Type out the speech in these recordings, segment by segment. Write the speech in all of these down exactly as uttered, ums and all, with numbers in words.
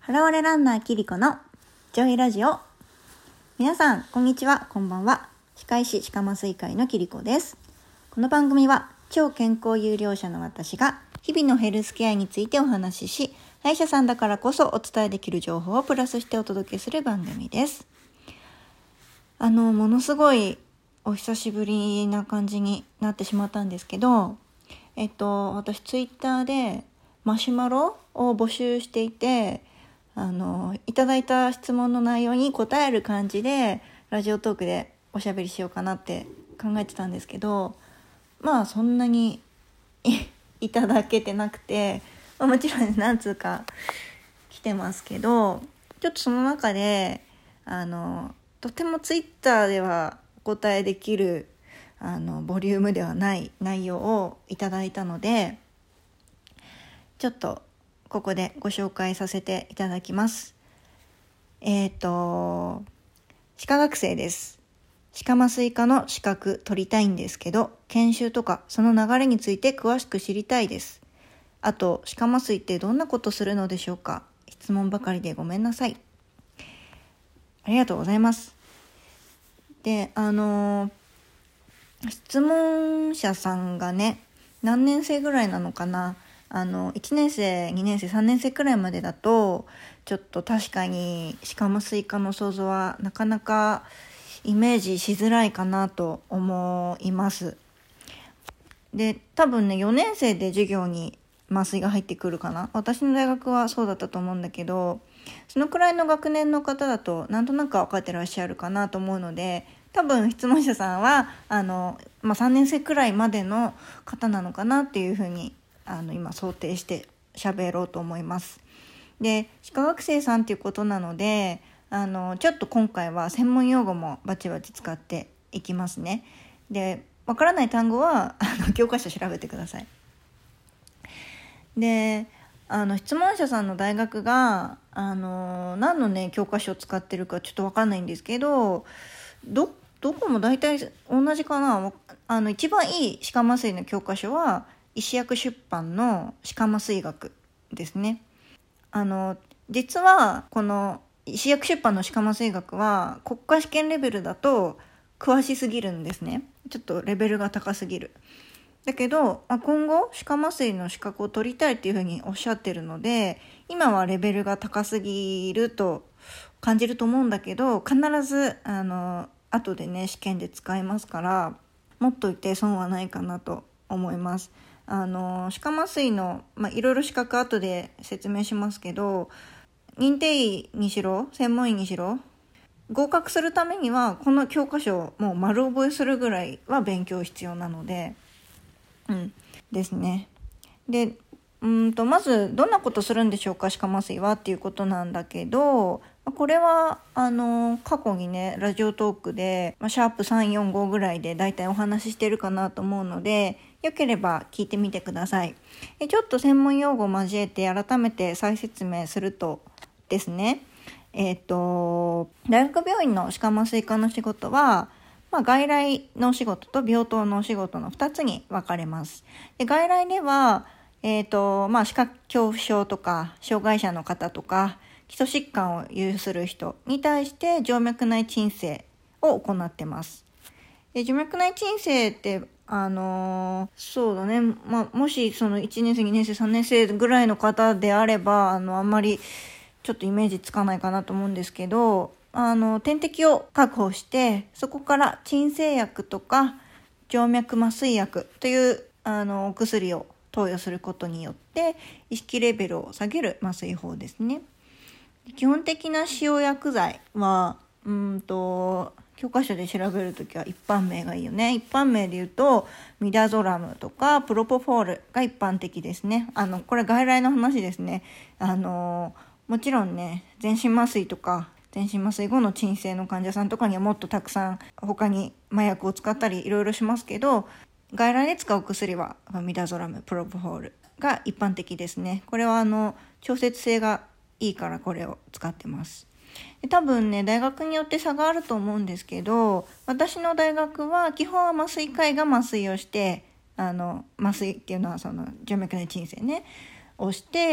現れランナーキリコのジョイラジオ。皆さんこんにちは、こんばんは。歯科医師歯科麻酔会のキリコです。この番組は超健康有料者の私が日々のヘルスケアについてお話しし、歯医者さんだからこそお伝えできる情報をプラスしてお届けする番組です。あのものすごいお久しぶりな感じになってしまったんですけど、えっと私ツイッターでマシュマロを募集していて、あのいただいた質問の内容に答える感じでラジオトークでおしゃべりしようかなって考えてたんですけど、まあそんなに い, いただけてなくて、まあ、もちろん何通か来てますけど、ちょっとその中であのとてもツイッターではお答えできるあのボリュームではない内容をいただいたので、ちょっとここでご紹介させていただきます。えっと歯科学生です。歯科麻酔科の資格取りたいんですけど、研修とかその流れについて詳しく知りたいです。あと歯科麻酔ってどんなことするのでしょうか。質問ばかりでごめんなさい。ありがとうございます。で、あの質問者さんがね、何年生ぐらいなのかな。あのいちねん生、にねん生、さんねん生くらいまでだとちょっと確かに歯科麻酔科の想像はなかなかイメージしづらいかなと思います。で、多分ねよねん生で授業に麻酔が入ってくるかな。私の大学はそうだったと思うんだけど、そのくらいの学年の方だとなんとなく分かってらっしゃるかなと思うので、多分質問者さんはあの、まあ、さんねん生くらいまでの方なのかなっていうふうにあの今想定して喋ろうと思います。で、歯科学生さんっていうことなので、あのちょっと今回は専門用語もバチバチ使っていきますね。で、わからない単語はあの教科書調べてください。で、あの質問者さんの大学があの何のね教科書を使ってるかちょっとわかんないんですけど、どどこも大体同じかな。あの一番いい歯科麻酔の教科書は医師薬出版の歯科麻酔学ですね。あの実はこの医師薬出版の歯科麻酔学は国家試験レベルだと詳しすぎるんですね。ちょっとレベルが高すぎる。だけど、まあ、今後歯科麻酔の資格を取りたいっていうふうにおっしゃってるので、今はレベルが高すぎると感じると思うんだけど、必ずあの後でね試験で使えますから、持っといて損はないかなと思います。あの歯科麻酔の、まあ、いろいろ資格後で説明しますけど、認定医にしろ専門医にしろ合格するためにはこの教科書をもう丸覚えするぐらいは勉強必要なので、うんですね。で、うんとまずどんなことするんでしょうか、歯科麻酔はっていうことなんだけど、これはあの過去にねラジオトークで、まあ、シャープさんよんごぐらいでだいたいお話ししてるかなと思うので、よければ聞いてみてください。えちょっと専門用語を交えて改めて再説明するとですね、えっと大学病院の歯科麻酔科の仕事は、まあ、外来のお仕事と病棟のお仕事のふたつに分かれます。で、外来では、えーとまあ、視覚恐怖症とか障害者の方とか基礎疾患を有する人に対して静脈内鎮静を行ってます。で、静脈内鎮静ってあのー、そうだね、まあ、もしそのいちねん生にねん生さんねん生ぐらいの方であればあのあんまりちょっとイメージつかないかなと思うんですけど、あの点滴を確保してそこから鎮静薬とか静脈麻酔薬というあのお薬を投与することによって意識レベルを下げる麻酔法ですね。基本的な使用薬剤はうんと教科書で調べるときは一般名がいいよね。一般名で言うとミダゾラムとかプロポフォールが一般的ですね。あのこれ外来の話ですね。あのもちろんね全身麻酔とか全身麻酔後の鎮静の患者さんとかにはもっとたくさん他に麻薬を使ったりいろいろしますけど、外来で使う薬はミダゾラム、プロポフォールが一般的ですね。これはあの調節性がいいからこれを使ってます。で、多分ね大学によって差があると思うんですけど、私の大学は基本は麻酔科医が麻酔をして、あの麻酔っていうのはその静脈内鎮静ねをして、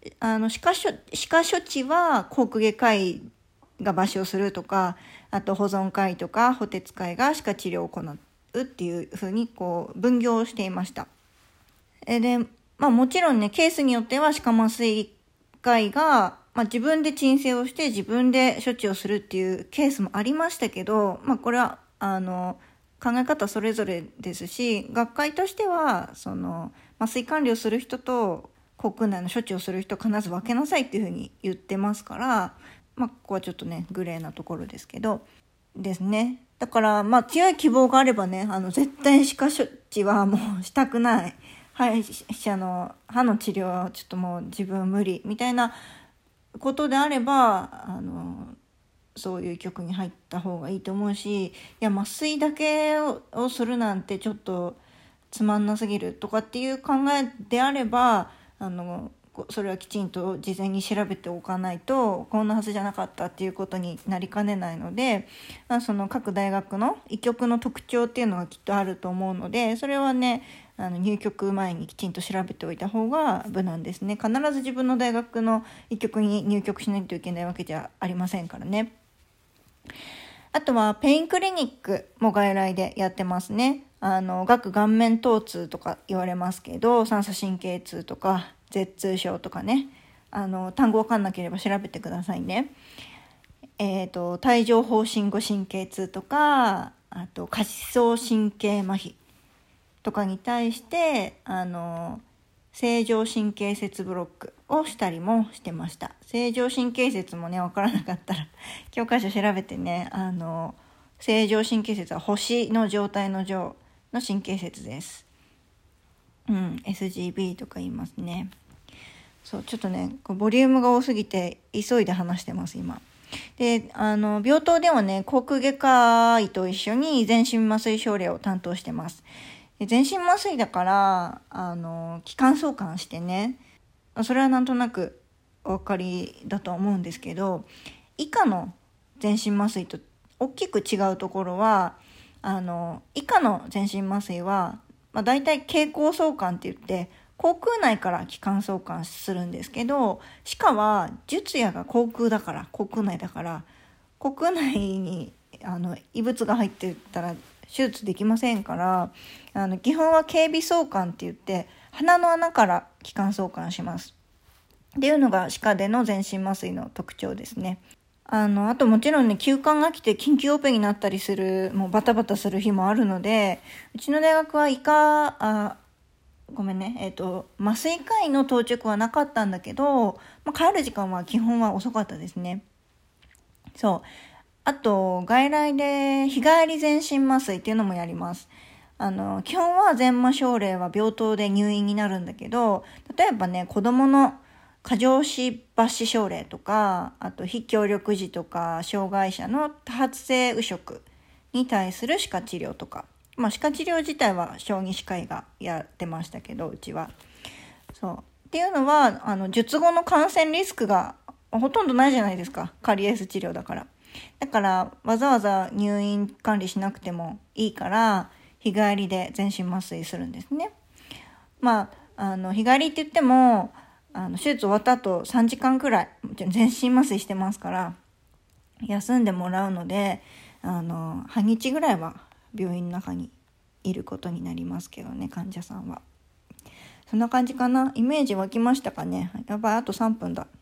あの歯科処歯科処置は口腔外科医が抜歯をするとか、あと保存科医とか補鉄科医が歯科治療を行うっていう風にこう分業をしていました。えで、まあもちろんね、ケースによっては歯科麻酔科医が、まあ、自分で鎮静をして自分で処置をするっていうケースもありましたけど、まあこれはあの考え方それぞれですし、学会としてはその麻酔管理をする人と口腔内の処置をする人を必ず分けなさいっていうふうに言ってますから、まあここはちょっとねグレーなところですけどですね。だからまあ強い希望があればね、あの絶対歯科処置はもうしたくない、歯医者の歯の治療はちょっともう自分無理みたいなことであれば、あのそういう局に入った方がいいと思うし、いや麻酔だけををするなんてちょっとつまんなすぎるとかっていう考えであれば、あのそれはきちんと事前に調べておかないとこんなはずじゃなかったっていうことになりかねないので、まあ、その各大学の医局の特徴っていうのがきっとあると思うので、それはねあの入局前にきちんと調べておいた方が無難ですね。必ず自分の大学の医局に入局しないといけないわけじゃありませんからね。あとはペインクリニックも外来でやってますね。あの顎顔面疼痛とか言われますけど、三叉神経痛とか舌痛症とかね、あの単語わかんなければ調べてくださいね。えっと帯状疱疹後神経痛とか、あと下肢層神経麻痺とかに対してあの正常神経節ブロックをしたりもしてました。正常神経節もね分からなかったら教科書調べてね、あの正常神経節は星の状態の状の神経節です。うん、エスジービー とか言いますね。そうちょっとねボリュームが多すぎて急いで話してます今。であの病棟ではね口腔外科医と一緒に全身麻酔症例を担当してます。で全身麻酔だからあの気管挿管してね、それはなんとなくお分かりだと思うんですけど、以下の全身麻酔と大きく違うところは、あの以下の全身麻酔は、まあ、大体経口挿管って言って口腔内から気管挿管するんですけど、歯科は術野が口腔だから口腔内だから口腔内にあの異物が入ってたら手術できませんから、あの基本は経鼻挿管って言って鼻の穴から気管挿管しますっていうのが歯科での全身麻酔の特徴ですね。あのあともちろんね急患が来て緊急オペになったりする、もうバタバタする日もあるので、うちの大学は医科あごめんねえっ、ー、と麻酔科医の到着はなかったんだけど、まあ、帰る時間は基本は遅かったですね。そうあと外来で日帰り全身麻酔っていうのもやります。あの基本は全麻症例は病棟で入院になるんだけど、例えばね子どもの過剰脂抜歯症例とか、あと非協力児とか障害者の多発性右食に対する歯科治療とか、まあ、歯科治療自体は小児歯科医がやってましたけど、うちはそうっていうのはあの術後の感染リスクがほとんどないじゃないですか、カリエス治療だから。だからわざわざ入院管理しなくてもいいから日帰りで全身麻酔するんですね。まああの日帰りって言ってもあの手術終わった後さんじかんくらい全身麻酔してますから休んでもらうので、あの半日ぐらいは病院の中にいることになりますけどね、患者さんは。そんな感じかな。イメージ湧きましたかね。やばい、あとさんぷんだ。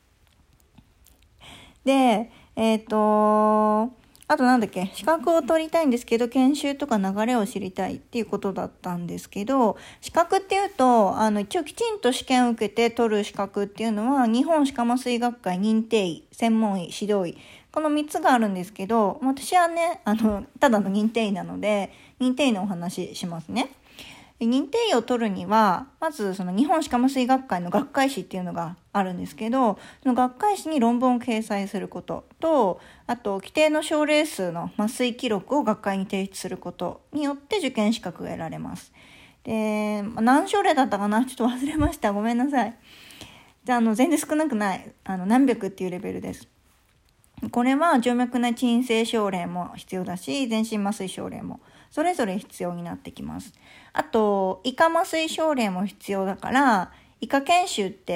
でえっ、ー、とあとなんだっけ、資格を取りたいんですけど研修とか流れを知りたいっていうことだったんですけど、資格っていうとあの一応きちんと試験を受けて取る資格っていうのは日本歯科麻酔学会認定医、専門医、指導医、このみっつがあるんですけど、私はねあのただの認定医なので認定医のお話しますね。認定医を取るにはまずその日本歯科麻酔学会の学会誌っていうのがあるんですけど、その学会誌に論文を掲載することと、あと規定の症例数の麻酔記録を学会に提出することによって受験資格が得られます。で何症例だったかな、ちょっと忘れました、ごめんなさい。じゃあ、あの全然少なくない、あの何百っていうレベルです。これは静脈内鎮静症例も必要だし全身麻酔症例もそれぞれ必要になってきます。あと胃科麻酔症例も必要だから、医科研修って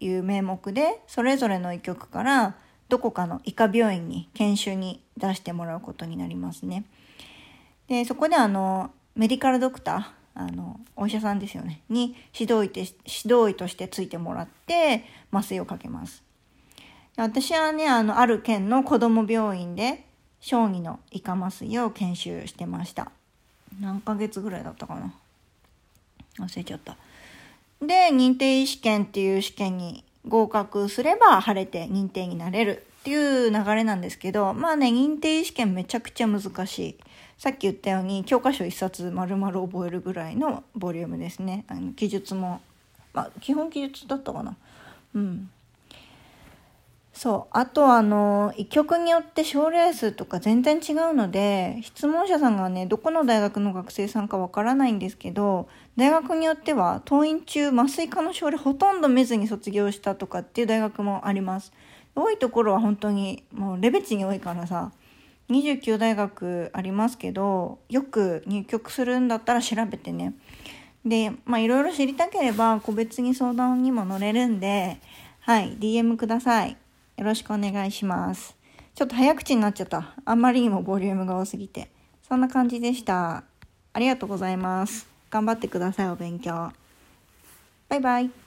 いう名目でそれぞれの医局からどこかの医科病院に研修に出してもらうことになりますね。でそこであのメディカルドクター、あのお医者さんですよねに指導医て指導医としてついてもらって麻酔をかけます。私はねあのある県の子ども病院で小児の医科麻酔を研修してました。何ヶ月ぐらいだったかな、忘れちゃった。で認定医試験っていう試験に合格すれば晴れて認定になれるっていう流れなんですけど、まあね認定医試験めちゃくちゃ難しい。さっき言ったように教科書一冊丸々覚えるぐらいのボリュームですね。あの記述も、まあ、基本記述だったかな。うんそう。あとあの医局によって症例数とか全然違うので、質問者さんがねどこの大学の学生さんかわからないんですけど、大学によっては当院中麻酔科の症例ほとんど見ずに卒業したとかっていう大学もあります。多いところは本当にもうレベチに多いからさ、にじゅうきゅう大学ありますけど、よく入局するんだったら調べてね。でまあいろいろ知りたければ個別に相談にも乗れるんで、はい ディーエム ください。よろしくお願いします。ちょっと早口になっちゃった。あんまりにもボリュームが多すぎて。そんな感じでした。ありがとうございます。頑張ってください、お勉強。バイバイ。